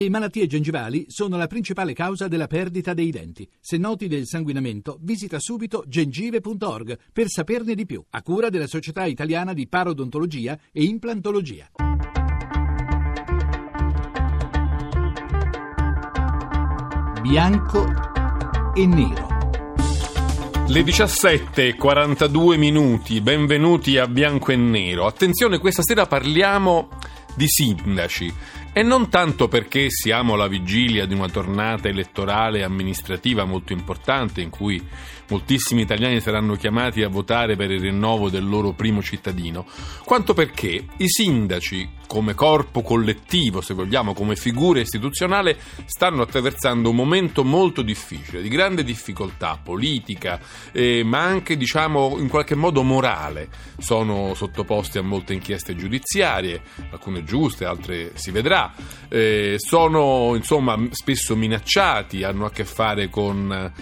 Le malattie gengivali sono la principale causa della perdita dei denti. Se noti del sanguinamento, visita subito gengive.org per saperne di più, a cura della Società Italiana di Parodontologia e Implantologia. Bianco e nero. Le 17:42 minuti, benvenuti a Bianco e Nero. Attenzione, questa sera parliamo di sindaci. E non tanto perché siamo alla vigilia di una tornata elettorale amministrativa molto importante in cui moltissimi italiani saranno chiamati a votare per il rinnovo del loro primo cittadino, quanto perché i sindaci, come corpo collettivo, se vogliamo, come figura istituzionale, stanno attraversando un momento molto difficile, di grande difficoltà politica, ma anche, diciamo, in qualche modo morale. Sono sottoposti a molte inchieste giudiziarie, alcune giuste, altre si vedrà. Sono insomma spesso minacciati, hanno a che fare con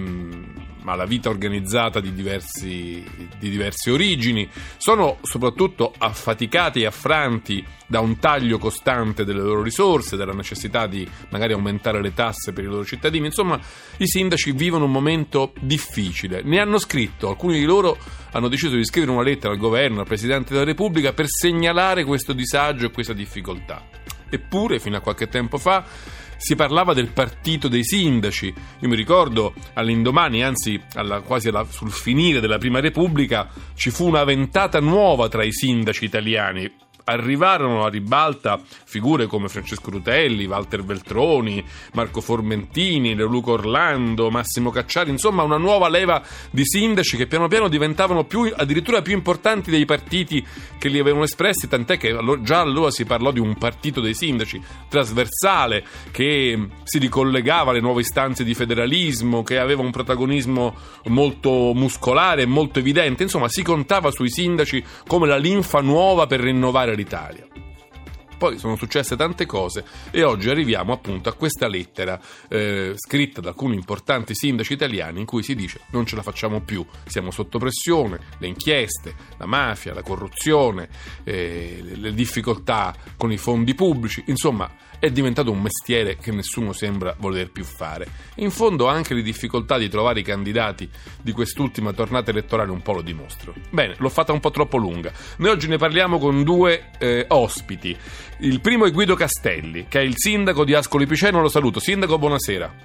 la vita organizzata di diverse origini, sono soprattutto affaticati e affranti da un taglio costante delle loro risorse, dalla necessità di magari aumentare le tasse per i loro cittadini. Insomma, i sindaci vivono un momento difficile. Ne hanno scritto, alcuni di loro hanno deciso di scrivere una lettera al governo, al Presidente della Repubblica, per segnalare questo disagio e questa difficoltà. Eppure, fino a qualche tempo fa, si parlava del partito dei sindaci. Io mi ricordo all'indomani, anzi sul finire della Prima Repubblica, ci fu una ventata nuova tra i sindaci italiani. Arrivarono a ribalta figure come Francesco Rutelli, Walter Veltroni, Marco Formentini, Leoluco Orlando, Massimo Cacciari, insomma una nuova leva di sindaci che piano piano diventavano addirittura più importanti dei partiti che li avevano espressi, tant'è che già allora si parlò di un partito dei sindaci trasversale che si ricollegava alle nuove istanze di federalismo, che aveva un protagonismo molto muscolare e molto evidente. Insomma, si contava sui sindaci come la linfa nuova per rinnovare l'Italia. Poi sono successe tante cose e oggi arriviamo appunto a questa lettera scritta da alcuni importanti sindaci italiani in cui si dice: non ce la facciamo più, siamo sotto pressione, le inchieste, la mafia, la corruzione, le difficoltà con i fondi pubblici, insomma è diventato un mestiere che nessuno sembra voler più fare. In fondo anche le difficoltà di trovare i candidati di quest'ultima tornata elettorale un po' lo dimostrano. Bene, l'ho fatta un po' troppo lunga. Noi oggi ne parliamo con due ospiti. Il primo è Guido Castelli, che è il sindaco di Ascoli Piceno. Lo saluto. Sindaco, buonasera.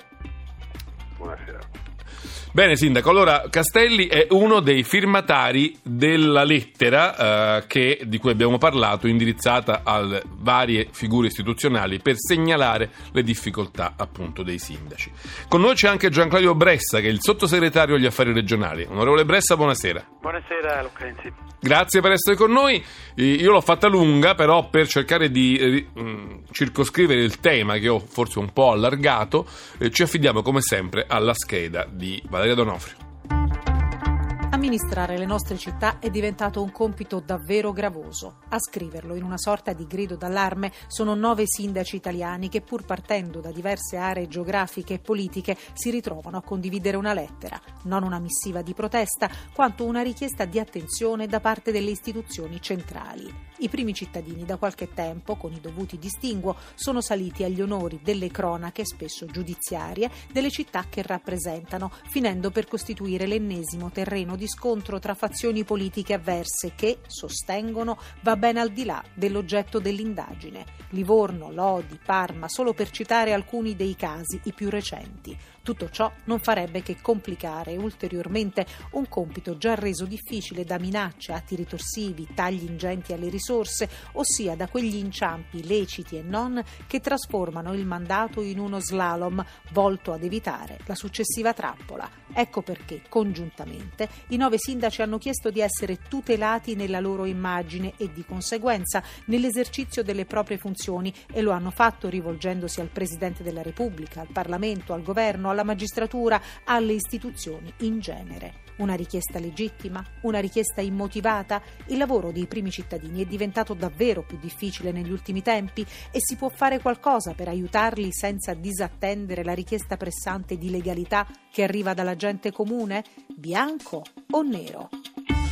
Bene, sindaco, allora Castelli è uno dei firmatari della lettera di cui abbiamo parlato, indirizzata a varie figure istituzionali per segnalare le difficoltà appunto dei sindaci. Con noi c'è anche Gianclaudio Bressa, che è il sottosegretario agli affari regionali. Onorevole Bressa, buonasera. Buonasera, Lucrezi. Grazie per essere con noi. Io l'ho fatta lunga, però per cercare di circoscrivere il tema, che ho forse un po' allargato, ci affidiamo come sempre alla scheda di Valeria Donofrio. Amministrare le nostre città è diventato un compito davvero gravoso. A scriverlo in una sorta di grido d'allarme sono 9 sindaci italiani che, pur partendo da diverse aree geografiche e politiche, si ritrovano a condividere una lettera, non una missiva di protesta, quanto una richiesta di attenzione da parte delle istituzioni centrali. I primi cittadini da qualche tempo, con i dovuti distinguo, sono saliti agli onori delle cronache, spesso giudiziarie, delle città che rappresentano, finendo per costituire l'ennesimo terreno di scontro tra fazioni politiche avverse che, sostengono, va ben al di là dell'oggetto dell'indagine. Livorno, Lodi, Parma, solo per citare alcuni dei casi, i più recenti. Tutto ciò non farebbe che complicare ulteriormente un compito già reso difficile da minacce, atti ritorsivi, tagli ingenti alle risorse, ossia da quegli inciampi leciti e non che trasformano il mandato in uno slalom volto ad evitare la successiva trappola. Ecco perché, congiuntamente, i 9 sindaci hanno chiesto di essere tutelati nella loro immagine e, di conseguenza, nell'esercizio delle proprie funzioni, e lo hanno fatto rivolgendosi al Presidente della Repubblica, al Parlamento, al Governo, alla magistratura, alle istituzioni in genere. Una richiesta legittima? Una richiesta immotivata? Il lavoro dei primi cittadini è diventato davvero più difficile negli ultimi tempi e si può fare qualcosa per aiutarli senza disattendere la richiesta pressante di legalità che arriva dalla gente comune? Bianco o nero?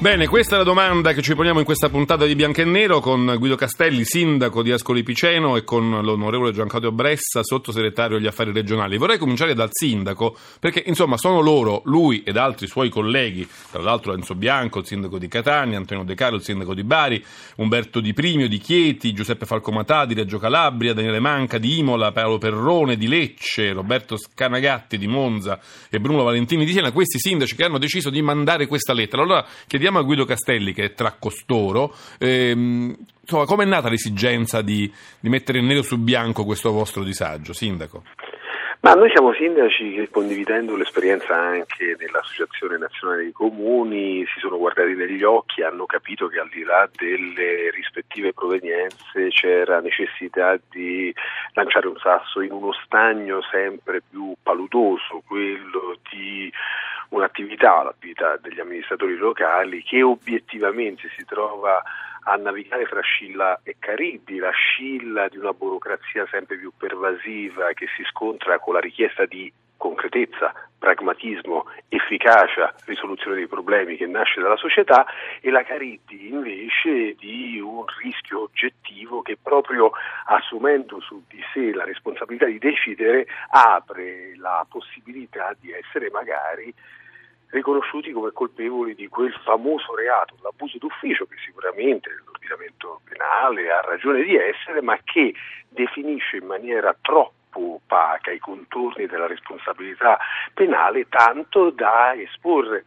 Bene, questa è la domanda che ci poniamo in questa puntata di Bianco e Nero con Guido Castelli, sindaco di Ascoli Piceno, e con l'onorevole Gianclaudio Bressa, sottosegretario agli affari regionali. Vorrei cominciare dal sindaco, perché insomma sono loro, lui ed altri suoi colleghi, tra l'altro Enzo Bianco, il sindaco di Catania, Antonio De Carlo, il sindaco di Bari, Umberto Di Primio di Chieti, Giuseppe Falcomatà di Reggio Calabria, Daniele Manca di Imola, Paolo Perrone di Lecce, Roberto Scanagatti di Monza e Bruno Valentini di Siena, questi sindaci che hanno deciso di mandare questa lettera. Allora chiediamo a Guido Castelli, che è tra costoro, insomma, com'è nata l'esigenza di mettere nero su bianco questo vostro disagio, sindaco? Ma noi siamo sindaci che, condividendo l'esperienza anche dell'Associazione Nazionale dei Comuni, si sono guardati negli occhi e hanno capito che al di là delle rispettive provenienze c'era necessità di lanciare un sasso in uno stagno sempre più paludoso, quello di l'attività degli amministratori locali, che obiettivamente si trova a navigare fra Scilla e Cariddi, la Scilla di una burocrazia sempre più pervasiva che si scontra con la richiesta di concretezza, pragmatismo, efficacia, risoluzione dei problemi che nasce dalla società, e la Cariddi invece di un rischio oggettivo che, proprio assumendo su di sé la responsabilità di decidere, apre la possibilità di essere magari riconosciuti come colpevoli di quel famoso reato, l'abuso d'ufficio, che sicuramente l'ordinamento penale ha ragione di essere, ma che definisce in maniera troppo opaca i contorni della responsabilità penale, tanto da esporre,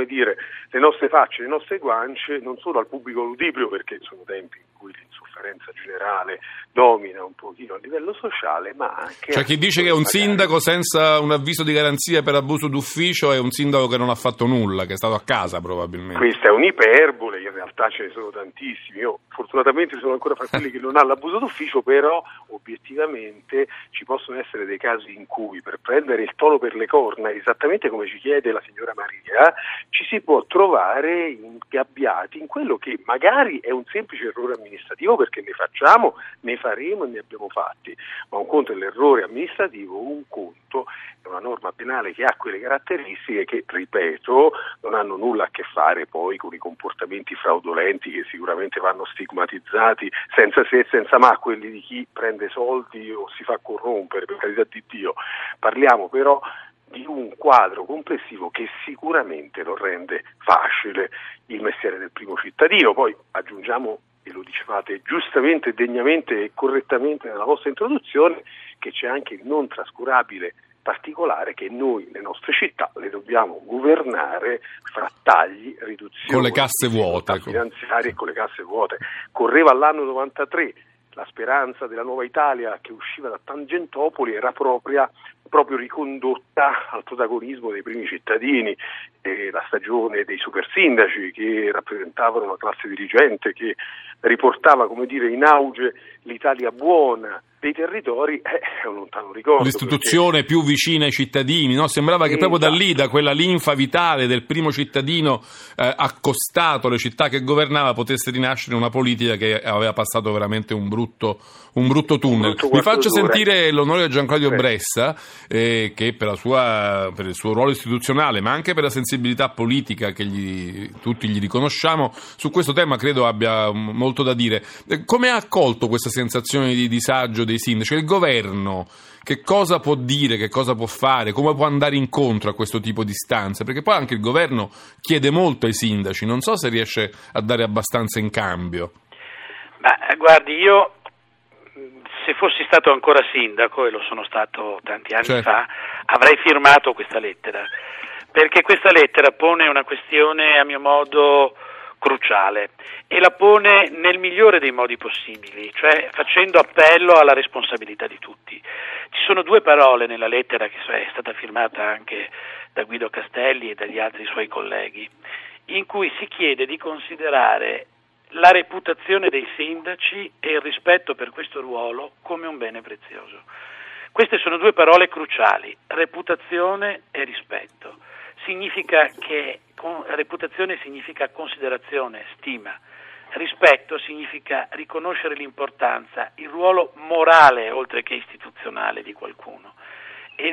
le nostre facce, le nostre guance non solo al pubblico ludibrio, perché sono tempi in cui l'insofferenza generale domina un pochino a livello sociale, ma anche... Cioè chi dice che è un sindaco senza un avviso di garanzia per abuso d'ufficio è un sindaco che non ha fatto nulla, che è stato a casa probabilmente. Questa è un'iperbole, in realtà ce ne sono tantissimi. Io fortunatamente sono ancora fra quelli che non ha l'abuso d'ufficio, però obiettivamente ci possono essere dei casi in cui, per prendere il toro per le corna, esattamente come ci chiede la signora Maria, ci si può trovare ingabbiati in quello che magari è un semplice errore amministrativo, perché ne facciamo, ne faremo e ne abbiamo fatti, ma un conto è l'errore amministrativo, un conto è una norma penale che ha quelle caratteristiche che, ripeto, non hanno nulla a che fare poi con i comportamenti fraudolenti che sicuramente vanno stigmatizzati senza se e senza ma, quelli di chi prende soldi o si fa corrompere, per carità di Dio. Parliamo però di un quadro complessivo che sicuramente non rende facile il mestiere del primo cittadino. Poi aggiungiamo, e lo dicevate giustamente, degnamente e correttamente nella vostra introduzione, che c'è anche il non trascurabile particolare che noi, le nostre città, le dobbiamo governare fra tagli, riduzioni, con le casse vuote, finanziarie e con le casse vuote. Correva l'anno 93, la speranza della nuova Italia che usciva da Tangentopoli era proprio ricondotta al protagonismo dei primi cittadini, la stagione dei super sindaci che rappresentavano una classe dirigente che riportava, in auge l'Italia buona dei territori. È un lontano ricordo. L'istituzione più vicina ai cittadini, no? Sembrava che proprio da lì, da quella linfa vitale del primo cittadino accostato alle città che governava, potesse rinascere una politica che aveva passato veramente un brutto tunnel. Mi faccio sentire l'onorevole Gianclaudio Bressa, che per il suo ruolo istituzionale, ma anche per la sensibilità politica che tutti gli riconosciamo, su questo tema credo abbia molto da dire. Come ha accolto questa sensazione di disagio dei sindaci? Il governo che cosa può dire, che cosa può fare, come può andare incontro a questo tipo di istanze? Perché poi anche il governo chiede molto ai sindaci, non so se riesce a dare abbastanza in cambio. Guardi, io se fossi stato ancora sindaco, e lo sono stato tanti anni fa, avrei firmato questa lettera, perché questa lettera pone una questione a mio modo cruciale e la pone nel migliore dei modi possibili, cioè facendo appello alla responsabilità di tutti. Ci sono due parole nella lettera che è stata firmata anche da Guido Castelli e dagli altri suoi colleghi, in cui si chiede di considerare la reputazione dei sindaci e il rispetto per questo ruolo come un bene prezioso. Queste sono due parole cruciali, reputazione e rispetto. Reputazione significa considerazione, stima. Rispetto significa riconoscere l'importanza, il ruolo morale oltre che istituzionale di qualcuno. E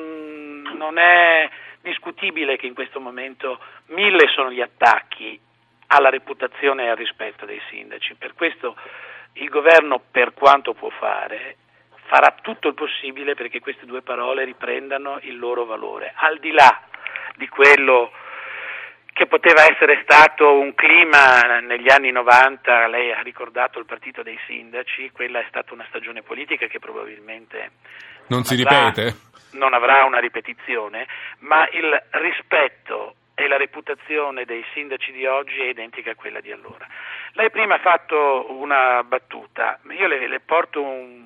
non è discutibile che in questo momento 1000 sono gli attacchi alla reputazione e al rispetto dei sindaci. Per questo il governo, per quanto può fare, farà tutto il possibile perché queste due parole riprendano il loro valore, al di là di quello che poteva essere stato un clima negli anni 90. Lei ha ricordato il partito dei sindaci, quella è stata una stagione politica che probabilmente non si ripete, non avrà una ripetizione, ma il rispetto e la reputazione dei sindaci di oggi è identica a quella di allora. Lei prima ha fatto una battuta, io le porto un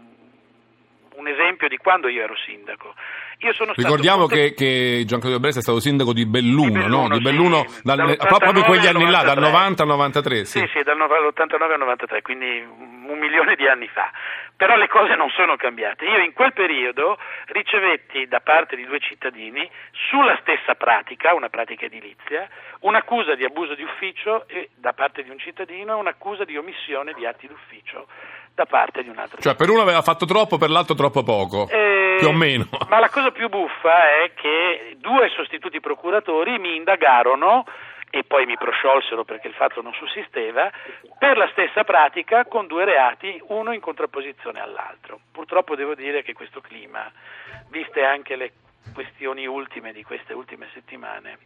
esempio di quando io ero sindaco. Ricordiamo che Giancarlo Bressa è stato sindaco di Belluno, no? Di Belluno, sì, proprio quegli anni là, dal 90 al 93. Sì, dall'89 al 93, quindi 1 milione di anni fa. Però le cose non sono cambiate. Io in quel periodo ricevetti da parte di 2 cittadini, sulla stessa pratica, una pratica edilizia, un'accusa di abuso di ufficio e da parte di un cittadino e un'accusa di omissione di atti d'ufficio da parte di un altro. Cioè per uno aveva fatto troppo, per l'altro troppo poco, più o meno. Ma la cosa più buffa è che 2 sostituti procuratori mi indagarono e poi mi prosciolsero perché il fatto non sussisteva, per la stessa pratica con 2 reati, uno in contrapposizione all'altro. Purtroppo devo dire che questo clima, viste anche le questioni ultime di queste ultime settimane,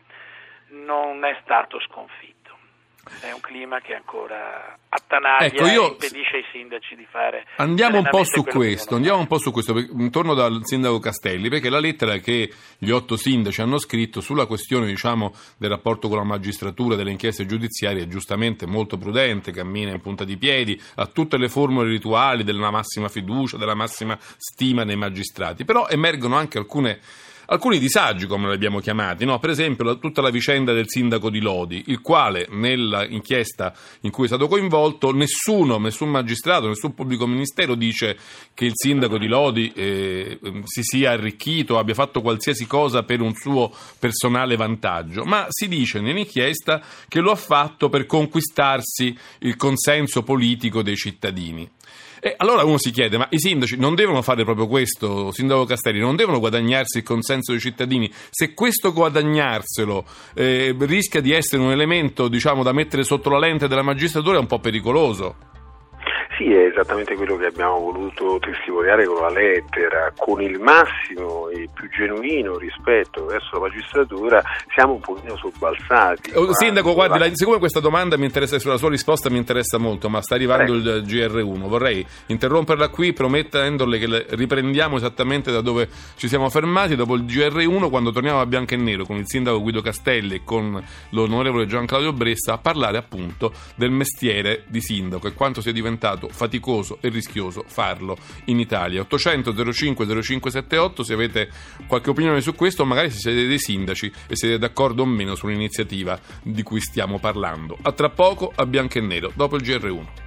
non è stato sconfitto. È un clima che ancora attanaglia e impedisce ai sindaci di fare. Andiamo un po' su questo, torno dal sindaco Castelli, perché la lettera che gli 8 sindaci hanno scritto sulla questione, diciamo, del rapporto con la magistratura, delle inchieste giudiziarie, è giustamente molto prudente, cammina in punta di piedi, ha tutte le formule rituali della massima fiducia, della massima stima nei magistrati, però emergono anche alcuni disagi, come li abbiamo chiamati, no? Per esempio tutta la vicenda del sindaco di Lodi, il quale nell'inchiesta in cui è stato coinvolto nessun magistrato, nessun pubblico ministero dice che il sindaco di Lodi si sia arricchito, abbia fatto qualsiasi cosa per un suo personale vantaggio, ma si dice nell'inchiesta che lo ha fatto per conquistarsi il consenso politico dei cittadini. E allora uno si chiede, ma i sindaci non devono fare proprio questo, sindaco Castelli, non devono guadagnarsi il consenso dei cittadini? Se questo guadagnarselo rischia di essere un elemento, diciamo, da mettere sotto la lente della magistratura, è un po' pericoloso. Sì, è esattamente quello che abbiamo voluto testimoniare con la lettera, con il massimo e più genuino rispetto verso la magistratura siamo un pochino sobbalzati. Sindaco, guardi, siccome questa domanda mi interessa, la sua risposta mi interessa molto, ma sta arrivando il GR1, vorrei interromperla qui promettendole che riprendiamo esattamente da dove ci siamo fermati dopo il GR1, quando torniamo a Bianco e Nero con il sindaco Guido Castelli e con l'onorevole Giancarlo Bressa a parlare appunto del mestiere di sindaco e quanto sia diventato faticoso e rischioso farlo in Italia. 800 05 0578, se avete qualche opinione su questo, magari se siete dei sindaci e siete d'accordo o meno sull'iniziativa di cui stiamo parlando. A tra poco a Bianco e Nero, dopo il GR1.